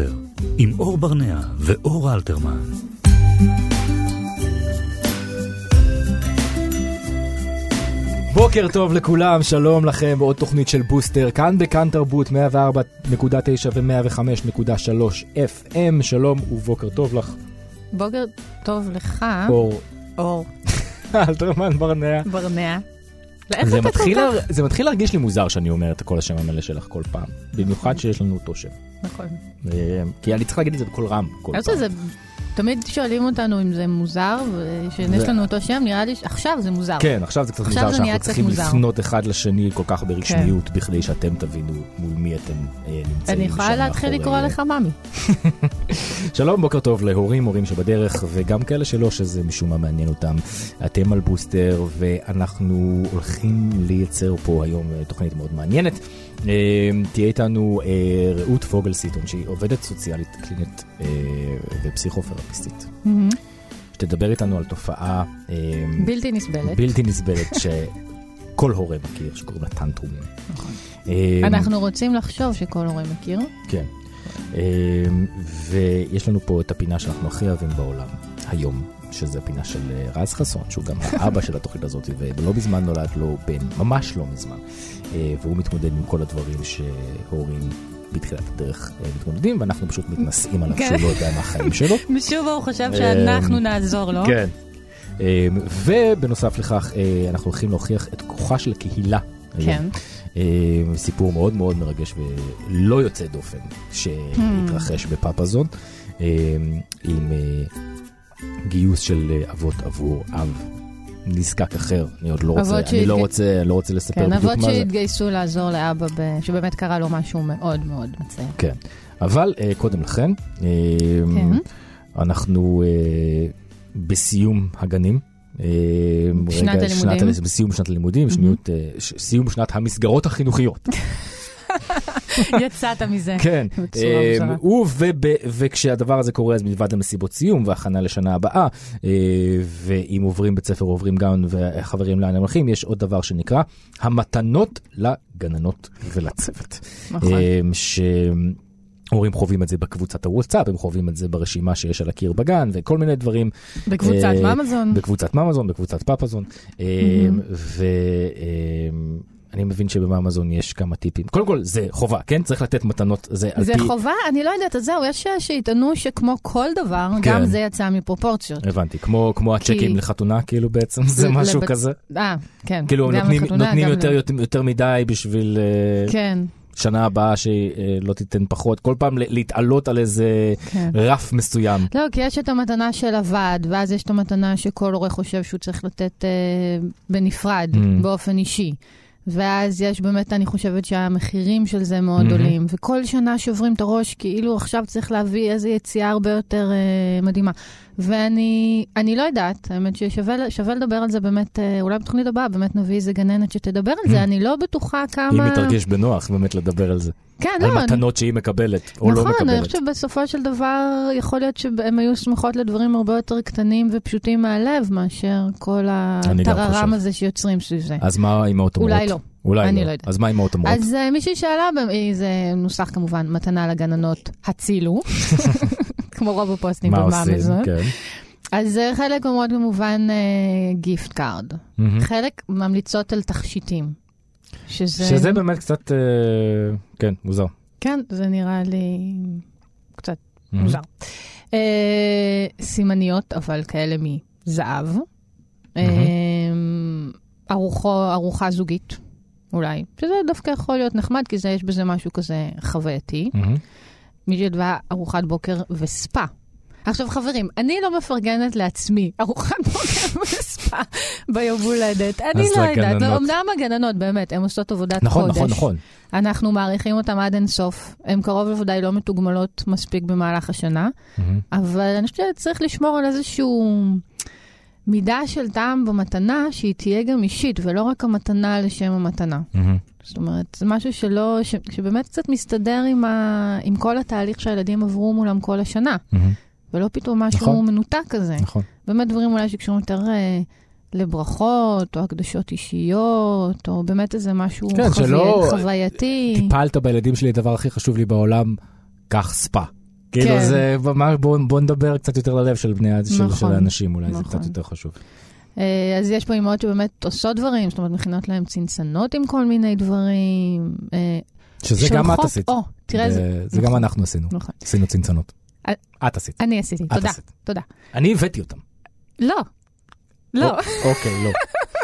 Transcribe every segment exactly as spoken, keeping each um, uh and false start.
בוסטר, עם אור ברנע ואור אלתרמן. בוקר טוב לכולם, שלום לכם בעוד תוכנית של בוסטר, כאן בכאן תרבות מאה וארבע נקודה תשע ו-מאה וחמש נקודה שלוש אף אם. שלום ובוקר טוב לך. בוקר טוב לך. אור. אור. אלתרמן ברנע. ברנע. זה מתחיל, זה מתחיל להרגיש לי מוזר שאני אומר את כל השם המלא שלך כל פעם. במיוחד שיש לנו אותו שם. נכון. כי אני צריך להגיד את זה בכל רם. כל פעם. זה, תמיד שואלים אותנו אם זה מוזר, ושיש לנו אותו שם, נראה לי שעכשיו זה מוזר. כן, עכשיו זה קצת מוזר, שאנחנו צריכים לפנות אחד לשני כל כך ברשמיות, בכדי שאתם תבינו מול מי אתם נמצאים. אני יכולה להתחיל לקרוא לך ממי. שלום, בוקר טוב להורים, הורים שבדרך, וגם כאלה שלא, שזה משום מה מעניין אותם. אתם על בוסטר, ואנחנו הולכים לייצר פה היום תוכנית מאוד מעניינת. תהיה איתנו רעות פוגלסיטון, שהיא עובדת סוציאלית קלינית ופסיכותרפיסטית. שתדבר איתנו על תופעה בלתי נסבלת. בלתי נסבלת שכל הורה מכיר, שקוראים לה טנטרומים. אנחנו רוצים לחשוב שכל הורה מכיר. כן. ויש לנו פה את הפינה שאנחנו הכי אוהבים בעולם היום, שזה הפינה של רז חסון, שהוא גם האבא של התוכנית הזאת, ולא בזמן נולד לו בן, ממש לא מזמן. והוא מתמודד עם כל הדברים שהורים בתחילת הדרך מתמודדים, ואנחנו פשוט מתנסים עליו שהוא לא יודע מהחיים שלו. משוב הוא חושב שאנחנו נעזור לו. כן. ובנוסף לכך, אנחנו הולכים להוכיח את כוחה של הקהילה. כן. סיפור מאוד מאוד מרגש ולא יוצא דופן, שהתרחש בפאפזון, עם גיוס של אבות עבור אב נזקק אחר. אני עוד לא רוצה, אני לא רוצה, אני לא רוצה לספר בדיוק מה זה. כן, אבות שהתגייסו לעזור לאבא, שבאמת קרה לו משהו מאוד מאוד מצער. כן, אבל קודם לכן, אנחנו בסיום הגנים, שנת הלימודים. בסיום שנת הלימודים, סיום שנת המסגרות החינוכיות. יצאת מזה. כן. וכשהדבר הזה קורה, אז מלבד המסיבות סיום והכנה לשנה הבאה, ואם עוברים בית ספר, עוברים גם וחברים לאן הם הולכים, יש עוד דבר שנקרא המתנות לגננות ולצוות. נכון. הורים חווים את זה בקבוצת הוואטסאפ, הם חווים את זה ברשימה שיש על הקיר בגן, וכל מיני דברים. בקבוצת ממזון. בקבוצת ממזון, בקבוצת פאפזון. ואני מבין שבממזון יש כמה טיפים. קודם כל, זה חובה, כן? צריך לתת מתנות. זה חובה? אני לא יודעת, אז זהו, יש שיטענו שכמו כל דבר, גם זה יצא מפרופורציות. הבנתי, כמו הצ'קים לחתונה, כאילו בעצם, זה משהו כזה. אה, כן. כאילו, נותנים יותר מדי בשביל... כן. שנה הבאה שלא תיתן פחות, כל פעם להתעלות על איזה כן. רף מסוים. לא, כי יש את המתנה של הוועד, ואז יש את המתנה שכל הורה חושב שהוא צריך לתת אה, בנפרד, mm. באופן אישי. ואז יש באמת, אני חושבת שהמחירים של זה מאוד mm-hmm. עולים, וכל שנה שוברים את הראש, כאילו עכשיו צריך להביא איזו יציאה הרבה יותר אה, מדהימה. ואני אני לא יודעת, האמת ששווה לדבר על זה באמת, אה, אולי בתוכנית הבאה באמת נביא איזה גננת שתדבר על זה, mm-hmm. אני לא בטוחה כמה... היא מתרגש בנוח באמת לדבר על זה. כן, על לא. על מתנות אני... שהיא מקבלת, או נכון, לא מקבלת. נכון, אני חושבת שבסופו של דבר, יכול להיות שהם היו שמחות לדברים הרבה יותר קטנים ופשוטים מהלב, מאשר כל הטררם הזה שיוצרים סביב זה. אז מה עם האוטומרות? אולי לא. אולי אני לא. לא יודעת. אז מה עם האוטומרות? אז uh, מישהי שאלה, זה נוסח כמובן, מתנה לגננות הצילו, כמו רוב הפוסטים במאמזון. כן. אז uh, חלק אומרות כמובן גיפט קארד. Mm-hmm. חלק ממליצות על תכשיטים. שזה... שזה באמת קצת, uh, כן, מוזר. כן, זה נראה לי קצת mm-hmm. מוזר. Uh, סימניות, אבל כאלה מזהב. Mm-hmm. Uh, ארוחו, ארוחה זוגית. אולי. שזה דווקא יכול להיות נחמד, כי זה יש בזה משהו כזה חווייתי. Mm-hmm. מי שדווה ארוחת בוקר וספה. עכשיו חברים, אני לא מפרגנת לעצמי ארוחת בוקר וספה ביום הולדת. אני לא יודעת. אמנם הגננות, באמת, הן עושות עבודת נכון, קודש. נכון, נכון. אנחנו מעריכים אותם עד אין סוף. הן קרוב לוודאי לא מתוגמלות מספיק במהלך השנה. Mm-hmm. אבל אני חושבת שצריך לשמור על איזשהו... מידה של טעם במתנה שהיא תהיה גם אישית, ולא רק המתנה לשם המתנה. Mm-hmm. זאת אומרת, זה משהו שלא, ש, שבאמת קצת מסתדר עם, ה, עם כל התהליך שהילדים עברו מולם כל השנה. Mm-hmm. ולא פתאום משהו נכון. מנותק כזה. נכון. באמת דברים אולי שקשורים יותר אה, לברכות, או הקדשות אישיות, או באמת איזה משהו כן, חווי... שלא חווייתי. טיפלת בילדים שלי, הדבר הכי חשוב לי בעולם, כך ספה. כאילו זה, בואו נדבר קצת יותר ללב של בני האנשים, אולי זה קצת יותר חשוב. אז יש פה אימהות שבאמת עושות דברים, זאת אומרת, מכינות להם צנצנות עם כל מיני דברים. שזה גם את עשית. זה. זה גם אנחנו עשינו. עשינו צנצנות. את עשית. אני עשיתי, תודה. תודה. אני הבאתי אותם. לא. לא. אוקיי, לא.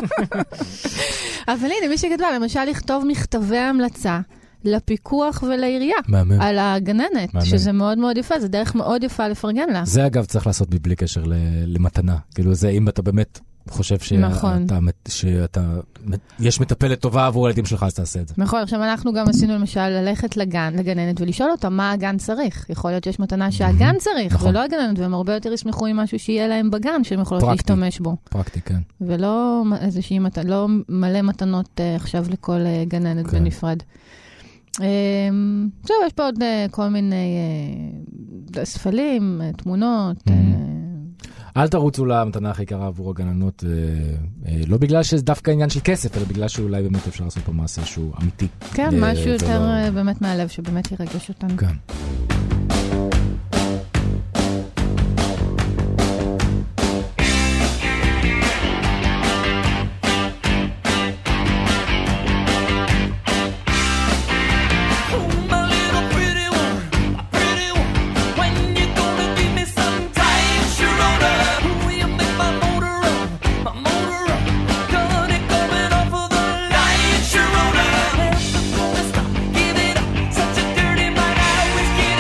אבל הנה, מי שגדלה, למשל לכתוב מכתבי המלצה לפיקוח ולעירייה. מאמן. על הגננת, מאמן. שזה מאוד מאוד יפה, זה דרך מאוד יפה לפרגן לה. זה אגב צריך לעשות בלי קשר למתנה. כאילו זה אם אתה באמת חושב שאתה, נכון. שאתה, יש מטפלת טובה עבור הילדים שלך, אז תעשה את זה. נכון, עכשיו אנחנו גם עשינו למשל ללכת לגן, לגננת ולשאול אותה מה הגן צריך. יכול להיות שיש מתנה שהגן צריך, נכון. ולא הגננת, והם הרבה יותר ישמחו עם משהו שיהיה להם בגן, שהם יכולות פרקטי, להשתמש בו. פרקטי, כן. ולא איזושהי מת... לא מלא מתנות uh, עכשיו לכל uh, גננת כן. בנפרד. זהו, um, יש פה עוד uh, כל מיני uh, ספלים, uh, תמונות, mm-hmm. uh, אל תרוצו למתנה הכי יקרה עבור הגננות, אה, אה, לא בגלל שזה דווקא עניין של כסף, אלא בגלל שאולי באמת אפשר לעשות פה מעשה שהוא אמיתי. כן, אה, משהו יותר ולא... באמת מהלב, שבאמת ירגש אותנו. כן. Such a dirty mind, I always get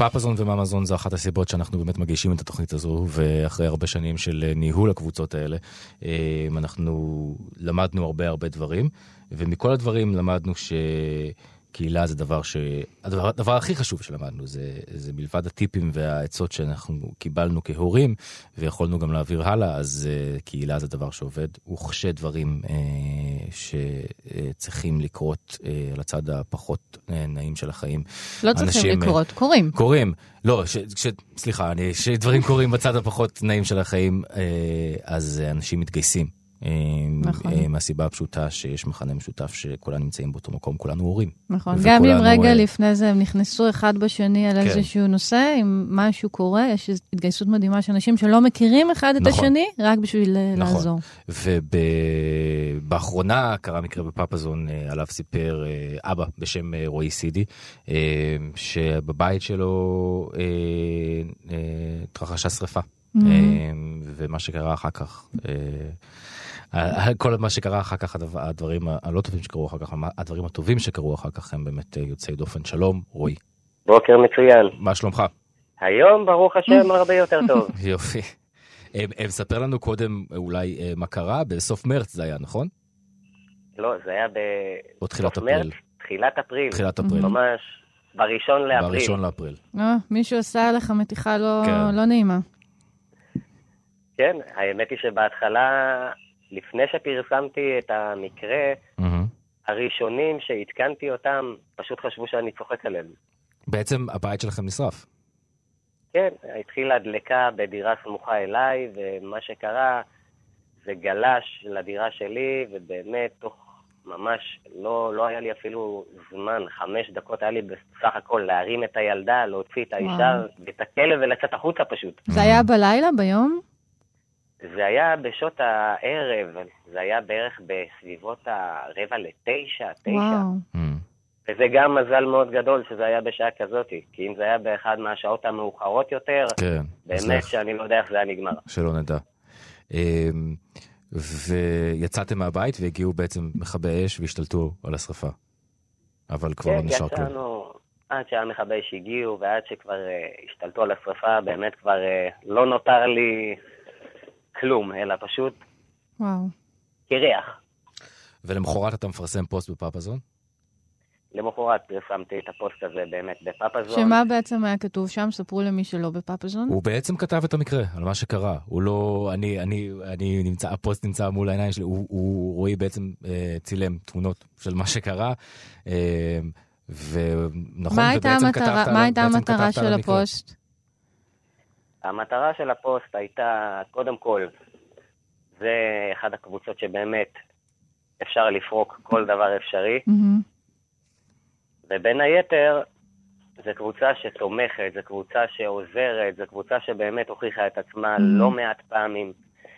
פאפזון וממזון זה אחת הסיבות שאנחנו באמת מגישים את התוכנית הזו, ואחרי הרבה שנים של ניהול הקבוצות האלה, אנחנו למדנו הרבה הרבה דברים, ומכל הדברים למדנו ש... קהילה זה דבר ש... הדבר, הדבר הכי חשוב שלמדנו, זה, זה מלבד הטיפים והעצות שאנחנו קיבלנו כהורים, ויכולנו גם להעביר הלאה, אז uh, קהילה זה דבר שעובד. וכשי דברים uh, שצריכים לקרות uh, על הצד הפחות uh, נעים של החיים. לא צריכים לקרות, uh, קורים. קורים. לא, ש, ש, סליחה, אני, שדברים קורים בצד הפחות נעים של החיים, uh, אז uh, אנשים מתגייסים. נכון. מהסיבה הפשוטה שיש מכנה משותף שכולנו נמצאים באותו מקום, כולנו הורים. נכון, גם אם רגע לפני זה הם נכנסו אחד בשני על איזשהו נושא, אם משהו קורה, יש התגייסות מדהימה של אנשים שלא מכירים אחד את השני, רק בשביל לעזור. ובאחרונה קרה מקרה בפאפזון, עליו סיפר אבא בשם רועי סידי, שבבית שלו התרחשה שריפה. ומה שקרה אחר כך... כל מה שקרה אחר כך, הדברים הלא טובים שקרו אחר כך, הדברים הטובים שקרו אחר כך הם באמת יוצאי דופן. שלום, רועי. בוקר מצוין. מה שלומך? היום ברוך השם הרבה יותר טוב. יופי. ספר לנו קודם אולי מה קרה, בסוף מרץ זה היה, נכון? לא, זה היה בסוף מרץ, תחילת אפריל. תחילת אפריל. ממש בראשון לאפריל. בראשון לאפריל. מישהו עשה לך מתיחה לא נעימה. כן, האמת היא שבהתחלה... לפני שפרסמתי את המקרה, mm-hmm. הראשונים שהתקנתי אותם, פשוט חשבו שאני צוחק עליהם. בעצם הבית שלכם נשרף. כן, התחילה דלקה בדירה סמוכה אליי, ומה שקרה זה גלש לדירה שלי, ובאמת תוך ממש לא, לא היה לי אפילו זמן, חמש דקות היה לי בסך הכל להרים את הילדה, להוציא את האישה, ואת הכלב ולצאת החוצה פשוט. זה היה בלילה, ביום? זה היה בשעות הערב, זה היה בערך בסביבות הרבע לתשע, תשע. Mm. וזה גם מזל מאוד גדול שזה היה בשעה כזאת, כי אם זה היה באחד מהשעות המאוחרות יותר, כן, באמת שאני לא יודע איך זה היה נגמר. שלא נדע. ויצאתם מהבית והגיעו בעצם מכבי אש והשתלטו על השרפה. אבל כבר כן, לא נשאר כלום. יצאנו, עד שהמכבי אש הגיעו ועד שכבר uh, השתלטו על השרפה, באמת כבר uh, לא נותר לי... כלום, אלא פשוט וואו. קריח. ולמחרת אתה מפרסם פוסט בפאפזון? למחרת פרסמתי את הפוסט הזה באמת בפאפזון. שמה בעצם היה כתוב שם? ספרו למי שלא בפאפזון? הוא בעצם כתב את המקרה, על מה שקרה. הוא לא, אני, אני, אני נמצא, הפוסט נמצא מול העיניים שלי, הוא, הוא רואי בעצם אה, צילם תמונות של מה שקרה, אה, ונכון, ובעצם כתבת על, מה הייתה המטרה של הפוסט? המטרה של הפוסט הייתה, קודם כל, זה אחד הקבוצות שבאמת אפשר לפרוק כל דבר אפשרי, mm-hmm. ובין היתר, זה קבוצה שתומכת, זה קבוצה שעוזרת, זה קבוצה שבאמת הוכיחה את עצמה mm-hmm. לא מעט פעמים,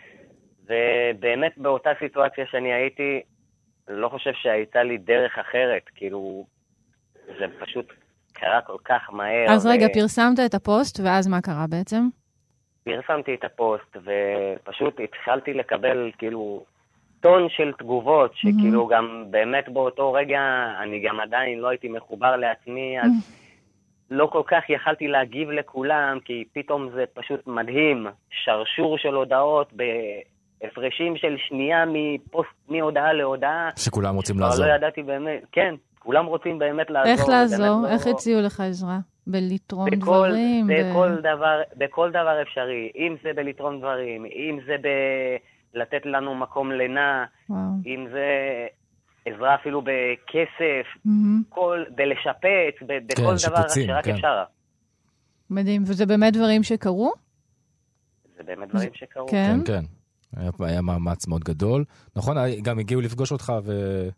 ובאמת באותה סיטואציה שאני הייתי, לא חושב שהייתה לי דרך אחרת, כאילו, זה פשוט... קרה כל כך מהר. אז רגע, ו... פרסמת את הפוסט, ואז מה קרה בעצם? פרסמתי את הפוסט, ופשוט התחלתי לקבל כאילו טון של תגובות, שכאילו mm-hmm. גם באמת באותו רגע, אני גם עדיין לא הייתי מחובר לעצמי, אז mm-hmm. לא כל כך יכלתי להגיב לכולם, כי פתאום זה פשוט מדהים, שרשור של הודעות בהפרשים של שנייה מפוסט, מהודעה להודעה. שכולם רוצים לעזור. לא ידעתי באמת, כן. כולם רוצים באמת לעזור. איך לעזור? איך הציעו לך עזרה? בלתרום בכל, דברים? בכל, ב... דבר, בכל דבר אפשרי. אם זה בלתרום דברים, אם זה בלתת לנו מקום לינה, וואו. אם זה עזרה אפילו בכסף, mm-hmm. כל, בלשפץ, ב, בכל כן, דבר שיפוצים, שרק כן. אפשר. מדהים. וזה באמת דברים שקרו? זה באמת דברים שקרו. כן, כן. כן. היה, היה מאמץ מאוד גדול. נכון, גם הגיעו לפגוש אותך ו...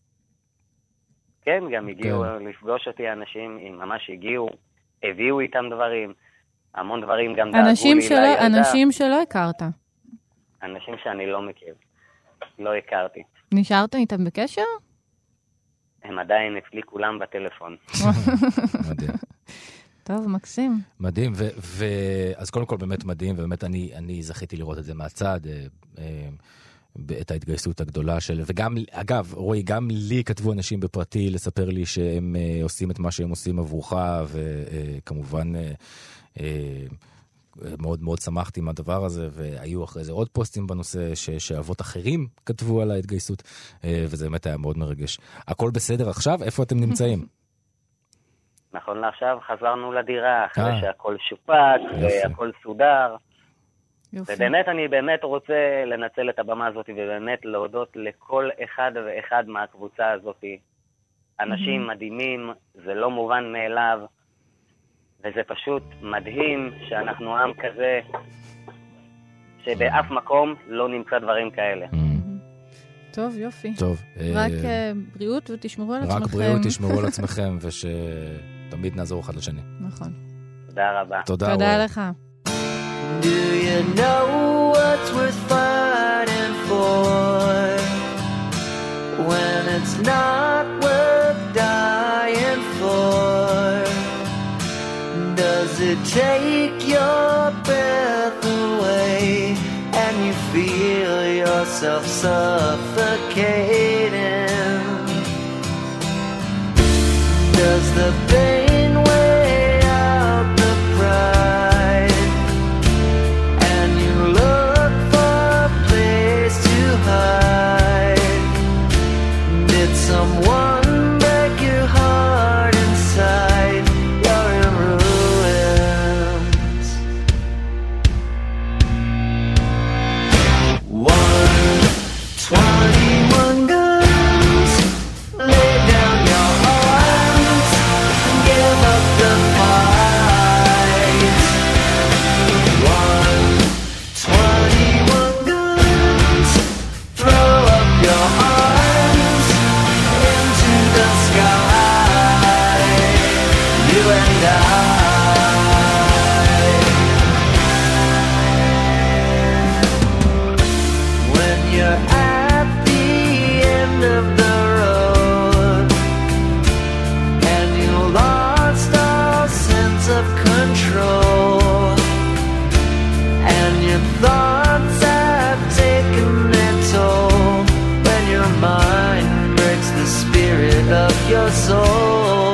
כן, גם הגיעו כן. לפגוש אותי אנשים, ממש הגיעו, הביאו איתם דברים, המון דברים גם דאגו לי שלא, לילדה. אנשים שלא הכרת. אנשים שאני לא מכיר, לא הכרתי. נשארת איתם בקשר? הם עדיין אצלי כולם בטלפון. מדהים. טוב, מקסים. מדהים, ו- ו- אז קודם כל באמת מדהים, ובאמת אני, אני זכיתי לראות את זה מהצד, את ההתגייסות הגדולה של, וגם, אגב, רואי, גם לי כתבו אנשים בפרטי לספר לי שהם uh, עושים את מה שהם עושים עבורך, וכמובן uh, uh, מאוד מאוד שמחתי מהדבר הזה, והיו אחרי זה עוד פוסטים בנושא ש, שאבות אחרים כתבו על ההתגייסות, uh, וזה באמת היה מאוד מרגש. הכל בסדר עכשיו? איפה אתם נמצאים? נכון לעכשיו חזרנו לדירה, אחרי שהכל שופק, והכל סודר. יופי. ובאמת אני באמת רוצה לנצל את הבמה הזאת ובאמת להודות לכל אחד ואחד מהקבוצה הזאת. אנשים mm-hmm. מדהימים, זה לא מובן מאליו, וזה פשוט מדהים שאנחנו עם כזה שבאף מקום לא נמצא דברים כאלה. Mm-hmm. טוב, יופי. טוב. רק אה... בריאות ותשמרו על עצמכם. רק בריאות תשמרו על עצמכם ושתמיד נעזור אחד לשני. נכון. תודה רבה. תודה, תודה לך. Do you know what's worth fighting for when it's not worth dying for? Does it take your breath away and you feel yourself suffocating? Does the pain weigh out the pride? Did someone break your heart inside? You're in ruins. One, twenty-one guns. Lay down your arms and give up the fight. One, twenty-one guns. Throw up your arms into the sky, you and I. When you're at the end of the road and you lost all sense of control and your thoughts have taken their toll, when your mind breaks the spirit of your soul,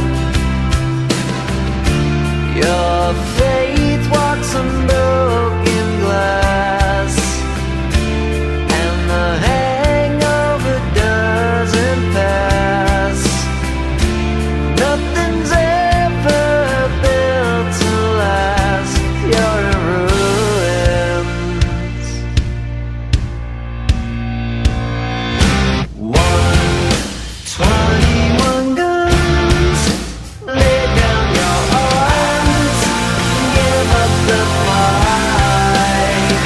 your faith walks on broken glass, and the hangover doesn't pass. Nothing's ever built to last. You're in ruins. One, twenty-one guns. Lay down your arms and give up the fight.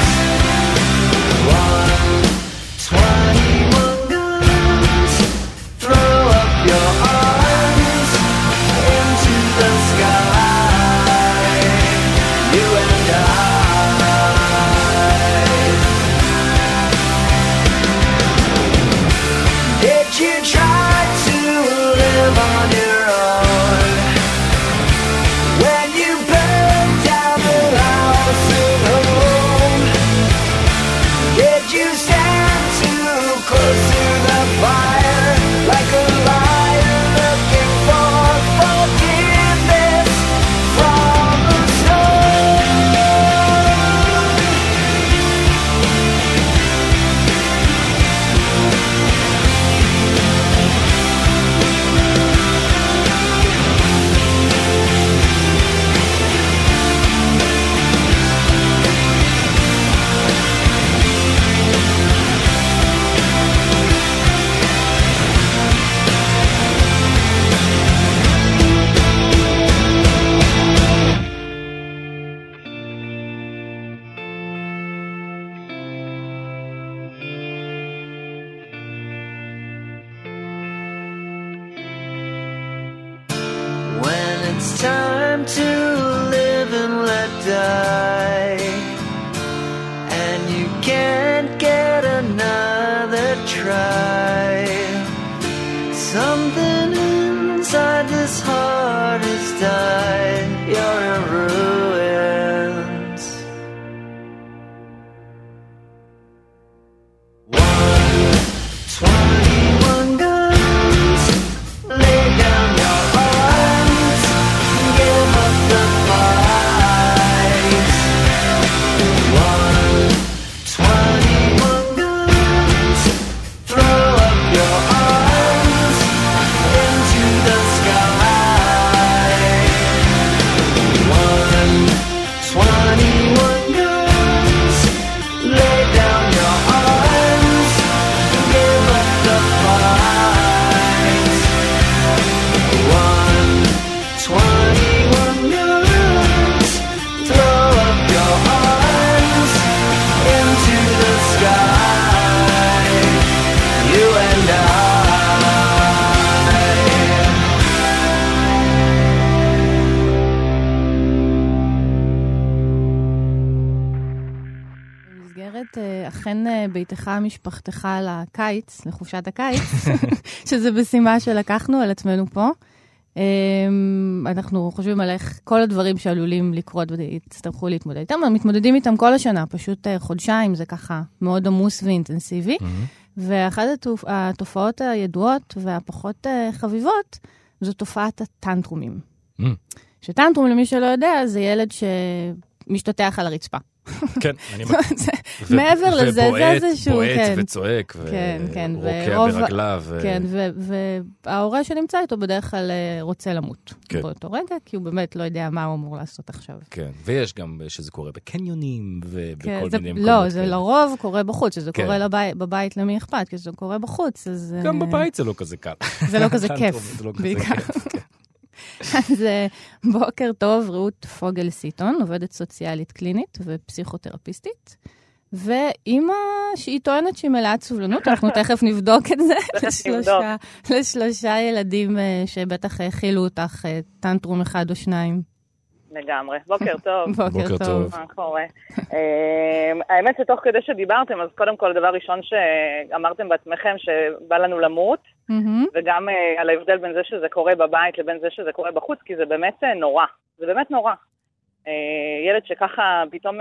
One, twenty-one guns. Throw up your arms into the sky, you and I. Did you try to live on your own when you burned down the house at home? Did you stand too close to the fire like a lion looking for forgiveness from the stone? When it's time to live and let die, and you can't get another try, something inside this heart has died. You're in ruins. אומרת, אכן ביתך משפחתך לקיץ, לחופשת הקיץ, שזה בשימה שלקחנו על עצמנו פה. אנחנו חושבים על איך כל הדברים שעלולים לקרות ויצטרכו להתמודד איתם, מתמודדים איתם כל השנה, פשוט חודשיים, זה ככה מאוד עמוס ואינטנסיבי. ואחת התופעות הידועות והפחות חביבות, זו תופעת הטנטרומים. שטנטרום, למי שלא יודע, זה ילד שמשתתח על הרצפה. כן, אני מכיר. מעבר לזה, זה איזשהו... ובועט וצועק, ורוקע ברגליו. כן, וההורה שנמצא איתו בדרך כלל רוצה למות באותו רגע, כי הוא באמת לא יודע מה הוא אמור לעשות עכשיו. כן, ויש גם שזה קורה בקניונים ובכל מיני מקומות. לא, זה לרוב קורה בחוץ, שזה קורה בבית למי אכפת, כי זה קורה בחוץ, אז... גם בבית זה לא כזה קל. זה לא כזה כיף, בעיקר. אז בוקר טוב, רעות פוגל סיטון, עובדת סוציאלית קלינית ופסיכותרפיסטית, ואימא שהיא טוענת שהיא מלאת סובלנות, אנחנו תכף נבדוק את זה, לשלושה, לשלושה ילדים שבטח הכילו אותך טנטרום אחד או שניים. לגמרי. בוקר טוב. בוקר טוב. מה קורה? האמת שתוך כדי שדיברתם, אז קודם כל, דבר ראשון שאמרתם בעצמכם שבא לנו למות, וגם על ההבדל בין זה שזה קורה בבית לבין זה שזה קורה בחוץ, כי זה באמת נורא. זה באמת נורא. ילד שככה פתאום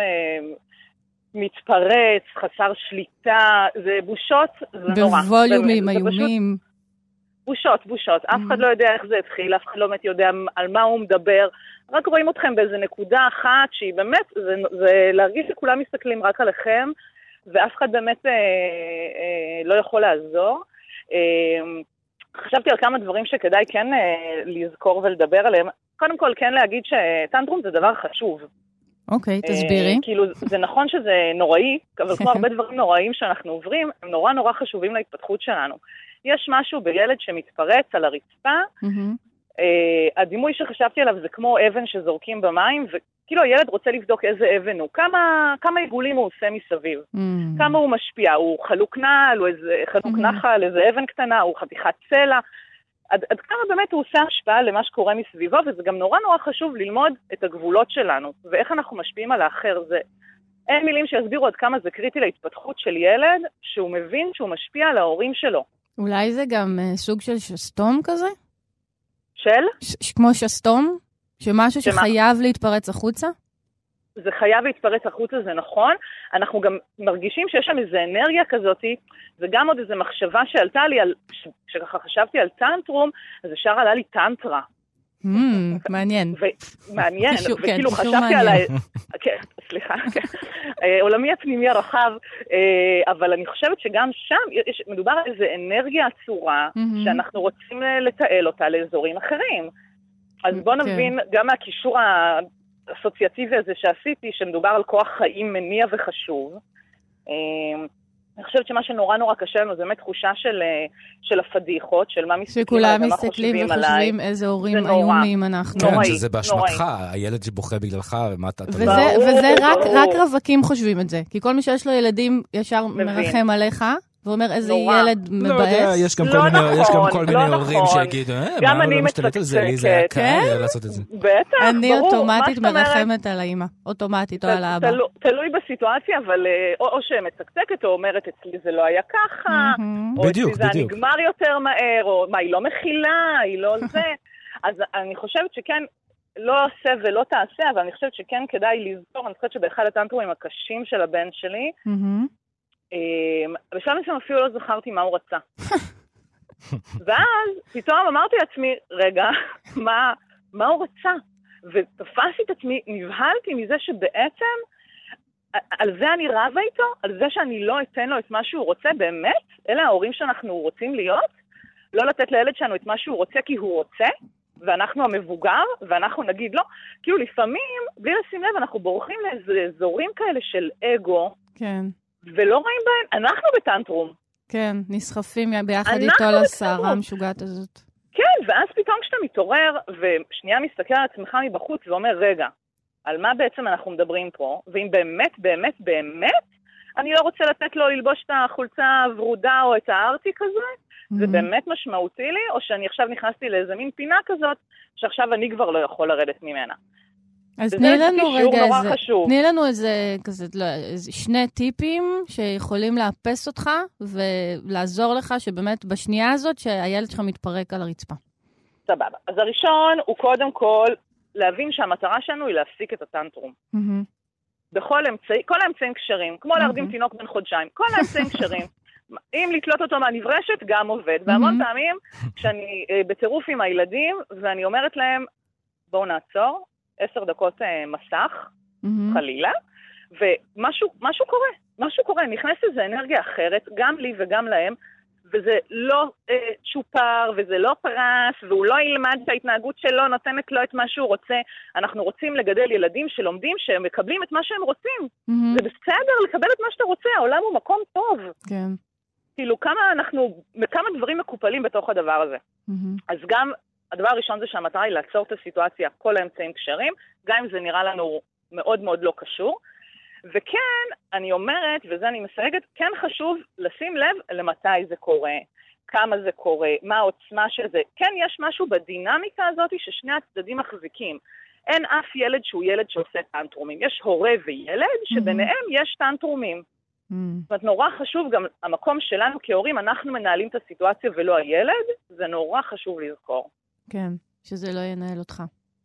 מתפרץ, חסר שליטה, זה בושות, זה נורא. בווליומים, איומים. בושות, בושות. אף אחד לא יודע איך זה התחיל, אף אחד לא באמת יודע על מה הוא מדבר. רק רואים אתכם באיזה נקודה אחת שהיא באמת, זה, זה להרגיש שכולם מסתכלים רק עליכם, ואף אחד באמת אה, אה, לא יכול לעזור. אה, חשבתי על כמה דברים שכדאי כן אה, לזכור ולדבר עליהם. קודם כל כן להגיד שטנטרום זה דבר חשוב. אוקיי, okay, תסבירי. אה, כאילו זה נכון שזה נוראי, אבל כמו הרבה דברים נוראים שאנחנו עוברים, הם נורא נורא חשובים להתפתחות שלנו. יש משהו בילד שמתפרץ על הרצפה, mm-hmm. Uh, הדימוי שחשבתי עליו זה כמו אבן שזורקים במים, וכאילו הילד רוצה לבדוק איזה אבן הוא, כמה, כמה עיגולים הוא עושה מסביב, mm. כמה הוא משפיע, הוא חלוק נעל, הוא איזה חלוק mm-hmm. נחל, איזה אבן קטנה, הוא חתיכת צלע, עד, עד כמה באמת הוא עושה השפעה למה שקורה מסביבו, וזה גם נורא נורא חשוב ללמוד את הגבולות שלנו, ואיך אנחנו משפיעים על האחר. זה, אין מילים שיסבירו עד כמה זה קריטי להתפתחות של ילד, שהוא מבין שהוא משפיע על ההורים שלו. אולי זה גם uh, סוג של שסתום כזה? של? ש- כמו שסתום? שמשהו שמה? שחייב להתפרץ החוצה? זה חייב להתפרץ החוצה, זה נכון. אנחנו גם מרגישים שיש שם איזו אנרגיה כזאת, זה גם עוד איזו מחשבה שעלתה לי, על, ש- שככה חשבתי על טנטרום, אז ישר עלה לי טנטרה. מעניין. מעניין, וכאילו חשבתי על... סליחה, עולמי הפנימי הרחב, אבל אני חושבת שגם שם מדובר על איזו אנרגיה עצורה, שאנחנו רוצים לתעל אותה לאזורים אחרים. אז בואו נבין גם מהקישור האסוציאטיבי הזה שעשיתי, שמדובר על כוח חיים מניע וחשוב. אני חושבת שמה שנורא נורא קשה לנו, זה באמת תחושה של, של הפדיחות, של מה מסתכלים עליי ומה חושבים עליי. שכולם מסתכלים וחושבים איזה הורים איומים אנחנו. כן, שזה באשמתך, הילד שבוכה בגללך, ומה אתה... וזה, וזה רק, רק רווקים חושבים את זה, כי כל מי שיש לו ילדים ישר מרחם עליך, ואומר איזה ילד מבאס. לא יודע, יש גם כל מיני הורים שיגידו, מה לא משתלט על זה, לי זה היה קל לעשות את זה. בטח, ברור. אני אוטומטית מרחמת על האמא, אוטומטית או על האבא. תלוי בסיטואציה, אבל או שמצקצקת, או אומרת, אצלי זה לא היה ככה, או אצלי זה נגמר יותר מהר, או מה, היא לא מכילה, היא לא זה. אז אני חושבת שכן, לא עושה ולא תעשה, אבל אני חושבת שכן כדאי לזכור, אני חושבת שבאחד הטנטרומים הקשים של הבן שלי, בשלב מסוים אפילו לא זכרתי מה הוא רצה. ואז פתאום אמרתי לעצמי, רגע, מה, מה הוא רצה? ותפסתי את עצמי, נבהלתי מזה שבעצם, על זה אני רבה איתו, על זה שאני לא אתן לו את מה שהוא רוצה, באמת? אלה ההורים שאנחנו רוצים להיות? לא לתת לילד שלנו את מה שהוא רוצה כי הוא רוצה, ואנחנו המבוגר, ואנחנו נגיד לא. כאילו לפעמים, בלי לשים לב, אנחנו בורחים לאיזה אזורים כאלה של אגו, כן. ולא רואים בהם, אנחנו בטנטרום. כן, נסחפים ביחד איתו לסערה המשוגעת הזאת. כן, ואז פתאום כשאתה מתעורר, ושנייה מסתכל על עצמך מבחוץ ואומר, רגע, על מה בעצם אנחנו מדברים פה, ואם באמת, באמת, באמת, אני לא רוצה לתת לו ללבוש את החולצה הוורודה או את הארטיק הזה, mm-hmm. זה באמת משמעותי לי, או שאני עכשיו נכנסתי לאיזה מין פינה כזאת, שעכשיו אני כבר לא יכול לרדת ממנה. אז תני לנו רגע איזה, תני לנו איזה, כזה, לא, איזה שני טיפים שיכולים לאפס אותך ולעזור לך שבאמת בשנייה הזאת שהילד שלך מתפרק על הרצפה. סבבה. אז הראשון הוא קודם כל להבין שהמטרה שלנו היא להפסיק את הטנטרום. Mm-hmm. בכל אמצעי, כל האמצעים קשרים, כמו mm-hmm. להרדים תינוק בן חודשיים, כל האמצעים קשרים. אם לתלות אותו מהנברשת, גם עובד. Mm-hmm. והמון פעמים, כשאני אה, בטירוף עם הילדים, ואני אומרת להם, בואו נעצור, עשר דקות אה, מסך, mm-hmm. חלילה, ומשהו משהו קורה, משהו קורה, נכנס איזו אנרגיה אחרת, גם לי וגם להם, וזה לא אה, צ'ופר, וזה לא פרס, והוא לא ילמד שההתנהגות שלו נותנת לו את מה שהוא רוצה. אנחנו רוצים לגדל ילדים שלומדים שהם מקבלים את מה שהם רוצים. Mm-hmm. זה בסדר לקבל את מה שאתה רוצה, העולם הוא מקום טוב. כן. כאילו, כמה אנחנו, כמה דברים מקופלים בתוך הדבר הזה. Mm-hmm. אז גם, הדבר הראשון זה שהמטרה היא לעצור את הסיטואציה, כל האמצעים קשרים, גם אם זה נראה לנו מאוד מאוד לא קשור. וכן, אני אומרת, וזה אני מסייגת, כן חשוב לשים לב למתי זה קורה, כמה זה קורה, מה העוצמה של זה. כן, יש משהו בדינמיקה הזאת ששני הצדדים מחזיקים. אין אף ילד שהוא ילד שעושה טנטרומים. יש הורה וילד שביניהם יש טנטרומים. זאת אומרת, נורא חשוב גם המקום שלנו כהורים, אנחנו מנהלים את הסיטואציה ולא הילד, זה נורא חשוב לזכור. כן, שזה לא ינהל אותך.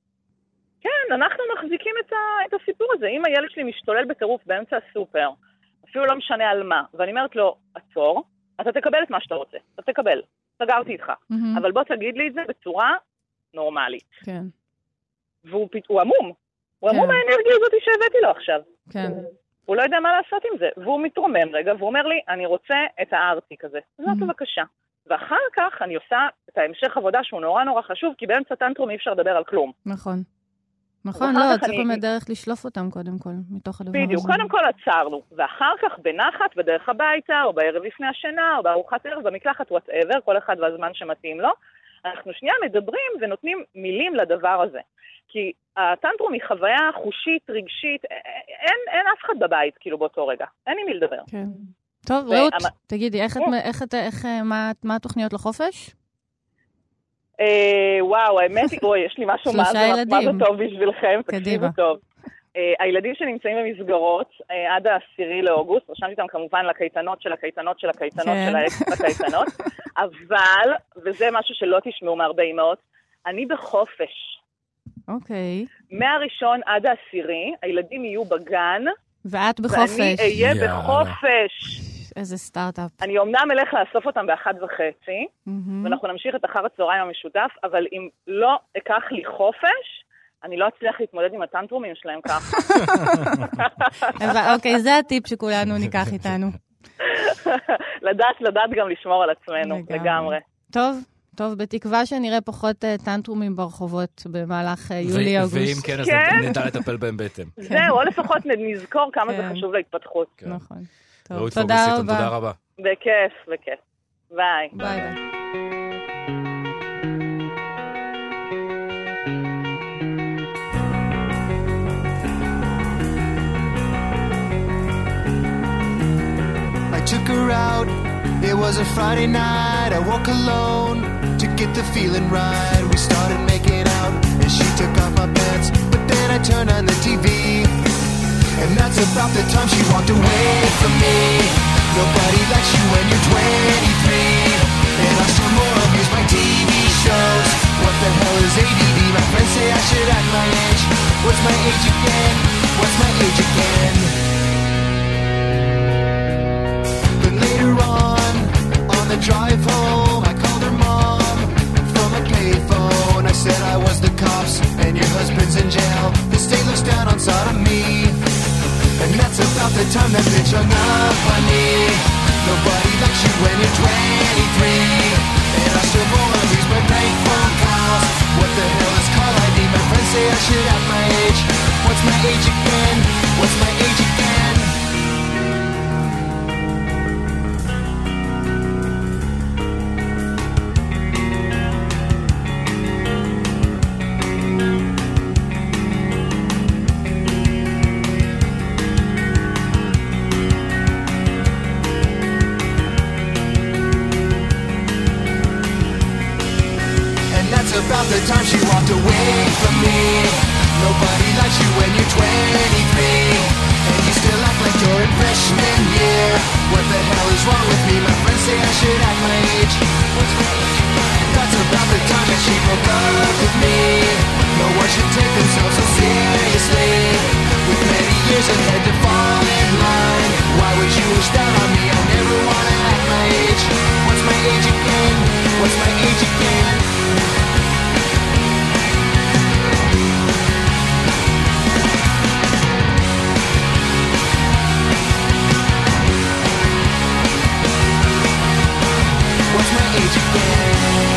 כן, אנחנו מחזיקים את, ה, את הסיפור הזה. אם הילד שלי משתולל בטירוף באמצע הסופר, אפילו לא משנה על מה, ואני אומרת לו, עצור, אתה תקבל את מה שאתה רוצה, אתה תקבל, סגרתי איתך. Mm-hmm. אבל בוא תגיד לי את זה בצורה נורמלית. כן. והוא הוא עמום. הוא כן. עמום האנרגיה הזאת שהבאתי לו עכשיו. כן. הוא לא יודע מה לעשות עם זה. והוא מתרומם רגע, והוא אומר לי, אני רוצה את הארטיק הזה. זאת mm-hmm. בבקשה. ואחר כך אני עושה את ההמשך עבודה שהוא נורא נורא חשוב, כי באמצע טנטרום אי אפשר לדבר על כלום. נכון. נכון, לא, צריך באמת דרך לשלוף אותם קודם כל, מתוך הדבר הזה. בדיוק, קודם כל עצרנו, ואחר כך בנחת, בדרך הביתה, או בערב לפני השינה, או בארוחת ערב, במקלחת, whatever, כל אחד והזמן שמתאים לו, אנחנו שנייה מדברים ונותנים מילים לדבר הזה. כי הטנטרום היא חוויה חושית, רגשית, אין, אין אף אחד בבית, כאילו, באותו רגע. אין עם מי לדבר. כן. טוב, רעות, תגידי, איך, איך, איך, מה, מה התוכניות לחופש? אה, וואו, האמת היא, אוי, יש לי משהו מה זה טוב בשבילכם, תקשיבו טוב. הילדים שנמצאים במסגרות עד העשירי לאוגוסט, רשמתי אותם כמובן לקייטנות של הקייטנות של הקייטנות של האקסטרה קייטנות, אבל, וזה משהו שלא תשמעו מהרבה אמהות, אני בחופש. אוקיי. מהראשון עד העשירי, הילדים יהיו בגן, ואת בחופש. ואני אהיה בחופש. איזה סטארט-אפ. אני אומנם אלך לאסוף אותם באחת וחצי, ואנחנו נמשיך את אחר הצהריים המשותף, אבל אם לא אקח לי חופש, אני לא אצליח להתמודד עם הטנטרומים שלהם כך. אוקיי, זה הטיפ שכולנו ניקח איתנו. לדעת, לדעת גם לשמור על עצמנו, לגמרי. טוב, טוב, בתקווה שנראה פחות טנטרומים ברחובות במהלך יולי-אוגוסט. ואם כן, אז נדע לטפל בהם בעצם. זהו, או לפחות נזכור כמה זה חשוב להתפתחות. נכון. רעות פוגסיטון, תודה רבה. בכיף, בכיף. ביי. ביי ביי. I took her out, it was a Friday night, I woke alone to get the feeling right. We started making out, and she took off my pants, but then I turned on the T V, and that's about the time she walked away from me. Nobody likes you when you're twenty-three, and I still more abuse my T V shows. What the hell is A D D? My friends say I should act my age. What's my age again? What's my age again? But later on, on the drive home, I called her mom from a payphone. I said I was the cops, and your husband's in jail. The state looks down on sodomy, and that's about the time that bitch hung up on me. Nobody likes you when you're twenty-three, and I still wanna lose my bank phone calls. What the hell is call I D? My friends say I should have my age. What's my age again? What's my age again? About the time she walked away from me. Nobody likes about you when you're twenty-three, and you still act like you're in freshman year. What the hell is wrong with me? My friends say I should act my age. That's about the time that she broke up with me. No one should take themselves so seriously, with many years ahead to fall in line. Why would you wish that on me? I never wanna act my age. What's my age again? What's my age again? What's my age again?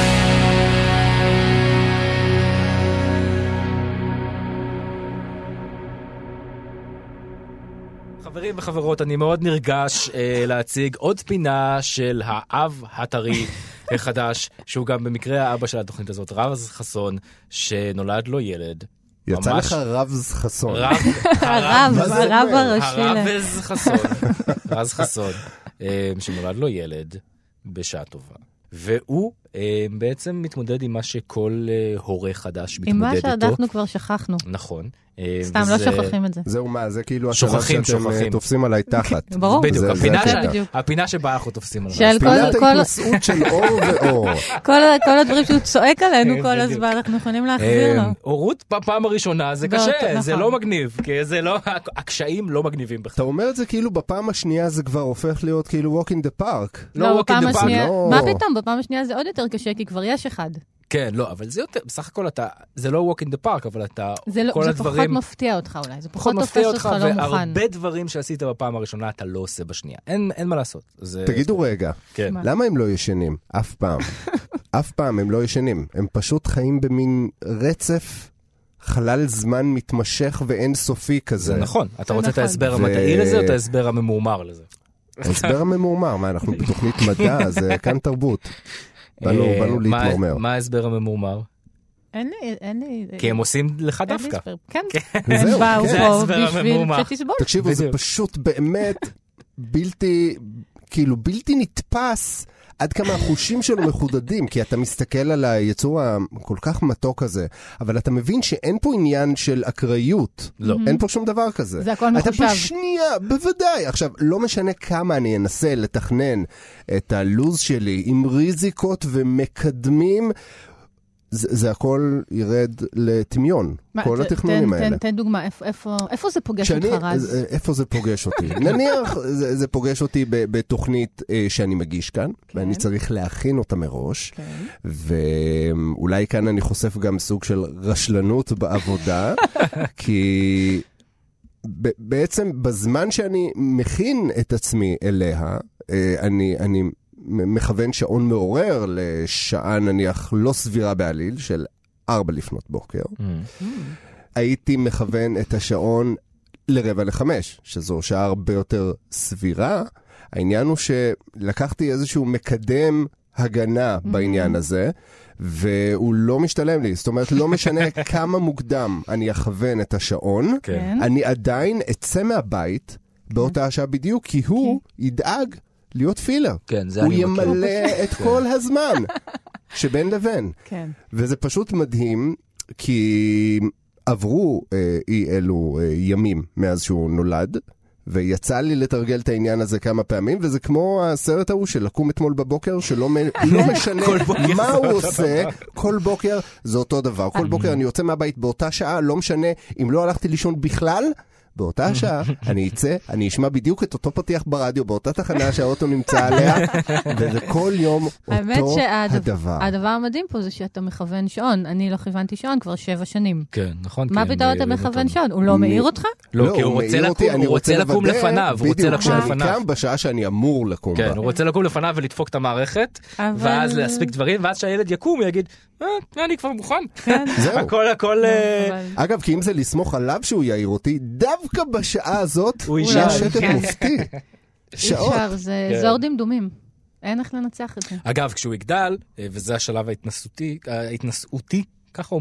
חברים וחברות, אני מאוד נרגש אה, להציג עוד פינה של האב הטרי החדש, שהוא גם במקרה האבא של התוכנית הזאת, רז חסון, שנולד לו ילד. יצא לך רז חסון. רב, הרב, הרב הראשי. הרז חסון. רז חסון, אה, שנולד לו ילד בשעה טובה. והוא אה, בעצם מתמודד עם מה שכל אה, הורה חדש מתמודד איתו. עם מה שאנחנו כבר שכחנו. נכון. סתם, לא שוכחים את זה. זהו מה, זה כאילו שוכחים, שאתם שוכחים. תופסים עליי תחת. ברור. בדיוק, זה- הפינה זה ש- הקטע. הפינה שבה אנחנו תופסים עליו. של פינת כל- כל- ההתנסות של אור ואור. כל כל הדברים שהוא צועק עלינו כל בדיוק. הזמן, אנחנו יכולים להחזיר לו. אה, הורות בפעם הראשונה זה באותו- קשה, זה נכון. לא מגניב, כי זה לא, הקשיים לא מגניבים בכלל. אתה אומר את זה כאילו בפעם השנייה זה כבר הופך להיות כאילו walk in the park. לא לא, walk in בפעם the park, השנייה, לא. מה פתאום, בפעם השנייה זה עוד יותר קשה, כי כבר יש אחד. כן, לא, אבל זה יותר, בסך הכל אתה, זה לא walk in the park, אבל אתה, זה לא- כל זה פחות הדברים, מפתיע אותך אולי, זה פחות פחות תופס מפתיע אותך אותך, לא מוכן. והרבה דברים שעשית בפעם הראשונה אתה לא עושה בשנייה. אין, אין מה לעשות. זה- תגידו רגע, כן. מה? למה הם לא ישנים? אף פעם. אף פעם הם לא ישנים. הם פשוט חיים במין רצף חלל זמן מתמשך ואין סופי כזה. זה נכון. אתה רוצה את נכון. ההסבר ו- המדעי לזה, או את ההסבר הממורמר לזה? ההסבר הממורמר, מה אנחנו בתוכנית מדע, זה כאן תרבות. באנו אה, באנו מה- להתמרמר. מה ההסבר הממורמר? אין לי, אין לי... כי הם עושים לך אין לי דווקא. הסבר. כן, זהו, הם באו זה פה ההסבר בשביל הממורמר. שתסבול. תקשיבו, זה בדיוק. פשוט באמת בלתי, כאילו בלתי נתפס עד כמה החושים שלו מחודדים, כי אתה מסתכל על היצור הכל כך מתוק הזה, אבל אתה מבין שאין פה עניין של אקראיות. לא. אין פה שום דבר כזה. זה הכל אתה מחושב. בשנייה, בוודאי. עכשיו, לא משנה כמה אני אנסה לתכנן את הלוז שלי עם ריזיקות ומקדמים, זה, זה הכל ירד לטמיון, מה, כל ת- התכנונים תן- האלה. תן- תן דוגמה, איפה- איפה איפה זה פוגש אותך, שאני, רז? איפה זה פוגש אותי? נניח זה, זה פוגש אותי ב, בתוכנית אה, שאני מגיש כאן, כן. ואני צריך להכין אותה מראש, כן. ואולי כאן אני חושף גם סוג של רשלנות בעבודה, כי ב, בעצם בזמן שאני מכין את עצמי אליה, אה, אני, אני מכוון שעון מעורר לשעה נניח לא סבירה בעליל של ארבע לפנות בוקר. הייתי מכוון את השעון לרבע לחמש, שזו שעה הרבה יותר סבירה. העניין הוא שלקחתי איזשהו מקדם הגנה בעניין הזה, והוא לא משתלם לי. זאת אומרת, לא משנה כמה מוקדם אני אכוון את השעון, כן. אני עדיין אצא מהבית באותה השעה בדיוק, כי הוא ידאג להיות פילר. כן, זה הוא אני מכיר. ימלא את כל הזמן שבין לבין. כן. וזה פשוט מדהים, כי עברו אה, אי אלו אה, ימים מאז שהוא נולד, ויצא לי לתרגל את העניין הזה כמה פעמים, וזה כמו הסרט ההוא של לקום אתמול בבוקר, שלא מ- לא משנה מה הוא עושה, כל בוקר זה אותו דבר. כל בוקר אני יוצא מהבית באותה שעה, לא משנה אם לא הלכתי לישון בכלל, באותה שעה אני אצא, אני אשמע בדיוק את אותו פתיח ברדיו, באותה תחנה שהאוטו נמצא עליה, וזה כל יום האמת אותו שהדבר הדבר. המדהים פה זה שאתה מכוון שעון. אני לא כיוונתי שעון כבר שבע שנים. כן, נכון. מה כי הם פתאום אתה מעירים מכוון אותנו. שעון? הוא לא מעיר אותך? לא, כי הוא רוצה מעיר אותי, לקום, אני הוא רוצה לקום לוודא, לפניו, הוא רוצה בדיוק, לקום שאני לפניו. קם בשעה שאני אמור לקום כן, בה. הוא רוצה לקום לפניו ולדפוק את המערכת, אבל- ואז להספיק דברים, ואז שהילד יקום, הוא יגיד, אה, אני כבר מוכן. כן. זהו. הכל, הכל... אה, אבל- אגב, כי אם זה לסמוך עליו שהוא יעיר אותי, דווקא בשעה הזאת, הוא יש יישאר. שקט כן. מופתי. אי שעות. אפשר, זה כן. זור דמדומים. אין איך לנצח את זה. אגב, כשהוא יגדל, אה, וזה השלב ההתנסותי, ההתנסותי, ככה אומרים?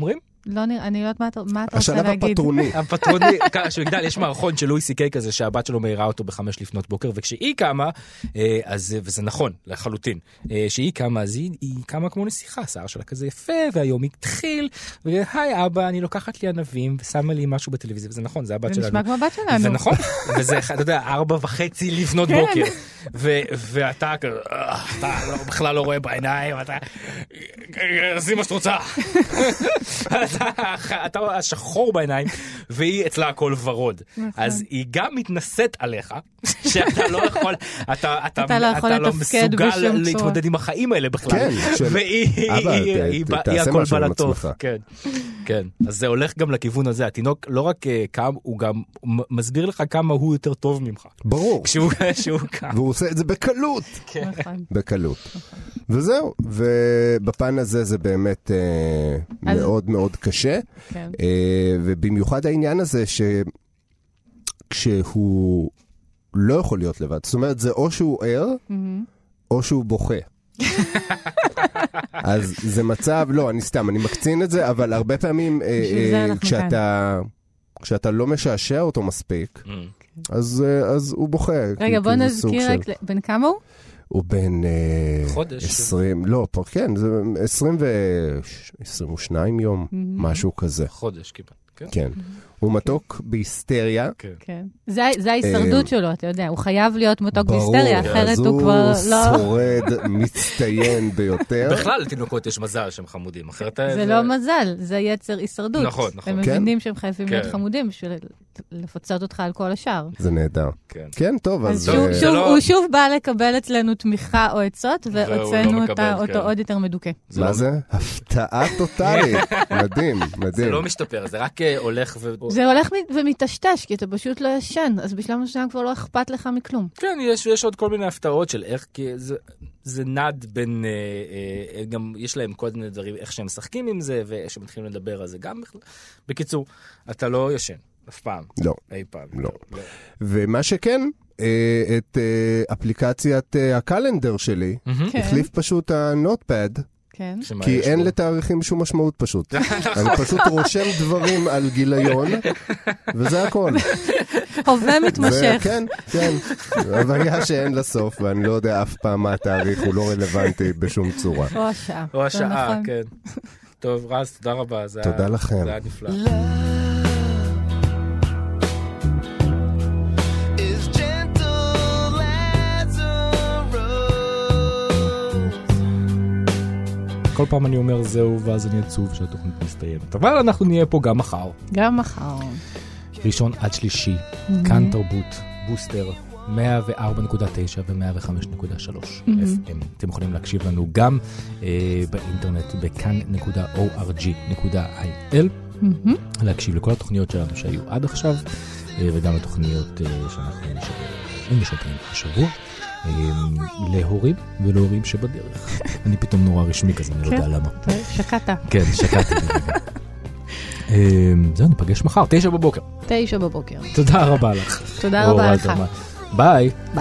לא נראה, אני לא יודעת מה אתה רוצה השלב להגיד. הפטרוני. הפטרוני, כשהוא יגדל, יש מערכון של לואי סי קיי כזה, שהבת שלו מהירה אותו בחמש לפנות בוקר, וכשהיא קמה, אז, וזה נכון, לחלוטין, כשהיא קמה, אז היא, היא קמה כמו נסיכה, שיער שלה כזה יפה, והיום היא התחיל, והי אבא, אני לוקחת לי ענבים, ושמה לי משהו בטלוויזיה, וזה נכון, זה הבת שלנו. זה נשמע כמו הבת שלנו. זה נכון, וזה, אתה יודע, ארבע וחצי לפנות בוקר, ואתה, אתה בכלל לא רואה בעיניים, אתה, עשי מה שאת רוצה. אתה שחור בעיניים, והיא אצלה הכל ורוד. אז היא גם מתנשאת עליך, שאתה לא יכול, אתה לא מסוגל להתמודד עם החיים האלה בכלל. והיא הכל בלטוף. כן, אז זה הולך גם לכיוון הזה. התינוק לא רק קם, הוא גם מסביר לך כמה הוא יותר טוב ממך. ברור. כשהוא קם. והוא עושה את זה בקלות. בקלות. וזהו, ובפן הזה זה באמת מאוד מאוד קשה. ובמיוחד העניין הזה שכשהוא לא יכול להיות לבד, זאת אומרת זה או שהוא ער או שהוא בוכה. אז זה מצב, לא, אני סתם, אני מקצין את זה, אבל הרבה פעמים כשאתה כשאתה לא משעשע אותו מספיק, אז הוא בוכה. רגע, בוא נזכיר, בן כמה הוא? הוא בן חודש. עשרים, לא, כן, זה עשרים ושניים יום, משהו כזה. חודש כמעט. כן. הוא מתוק בהיסטריה. כן. זה ההישרדות שלו, אתה יודע. הוא חייב להיות מתוק בהיסטריה, אחרת הוא כבר לא... אז הוא שורד, מצטיין ביותר. בכלל, לתינוקות יש מזל שהם חמודים. זה לא מזל, זה יצר הישרדות. נכון, נכון. הם מבינים שהם חייבים להיות חמודים בשביל לפצות אותך על כל השאר. זה נהדר. כן, טוב, אז... הוא שוב בא לקבל אצלנו תמיכה או עצות, והוצאנו אותו עוד יותר מדוכא. מה זה? הפתעה טוטלית. מדהים, מדהים. זה לא משתפר, זה רק הולך ו... זה הולך ומתשתש, כי אתה פשוט לא ישן, אז בשלב מסוים כבר לא אכפת לך מכלום. כן, יש, יש עוד כל מיני הפתעות של איך, כי זה, זה נד בין, אה, אה, גם יש להם כל מיני דברים, איך שהם משחקים עם זה, ואיך שהם מתחילים לדבר על זה גם בכלל. בקיצור, אתה לא ישן, אף פעם. לא. אי פעם. לא. לא. ומה שכן, אה, את אה, אפליקציית אה, הקלנדר שלי, כן. החליף פשוט הנוטפד, כן. כי אין לתאריכים שום משמעות פשוט. אני פשוט רושם דברים על גיליון, וזה הכל. הווה מתמשך. כן, כן. הוויה שאין לסוף, ואני לא יודע אף פעם מה התאריך, הוא לא רלוונטי בשום צורה. או השעה. או השעה, כן. טוב, רז, תודה רבה. תודה לכם. זה היה נפלא. כל פעם אני אומר זהו, ואז אני עצוב שהתוכנית מסתיימת. אבל אנחנו נהיה פה גם מחר. גם מחר. ראשון עד שלישי, כאן תרבות, בוסטר, מאה וארבע נקודה תשע ו-מאה וחמש נקודה שלוש אף אם. אתם יכולים להקשיב לנו גם באינטרנט, בכאן נקודה או אר ג'י נקודה איי אל, להקשיב לכל התוכניות שלנו שהיו עד עכשיו, וגם לתוכניות שאנחנו משדרים השבוע. להורים ולהורים שבדרך. אני פתאום נורא רשמי כזה, אני לא יודע למה. שקעת. כן, שקעתי. זהו, נפגש מחר, תשע בבוקר. תשע בבוקר. תודה רבה לך. תודה רבה לך. ביי. ביי.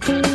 Thank you.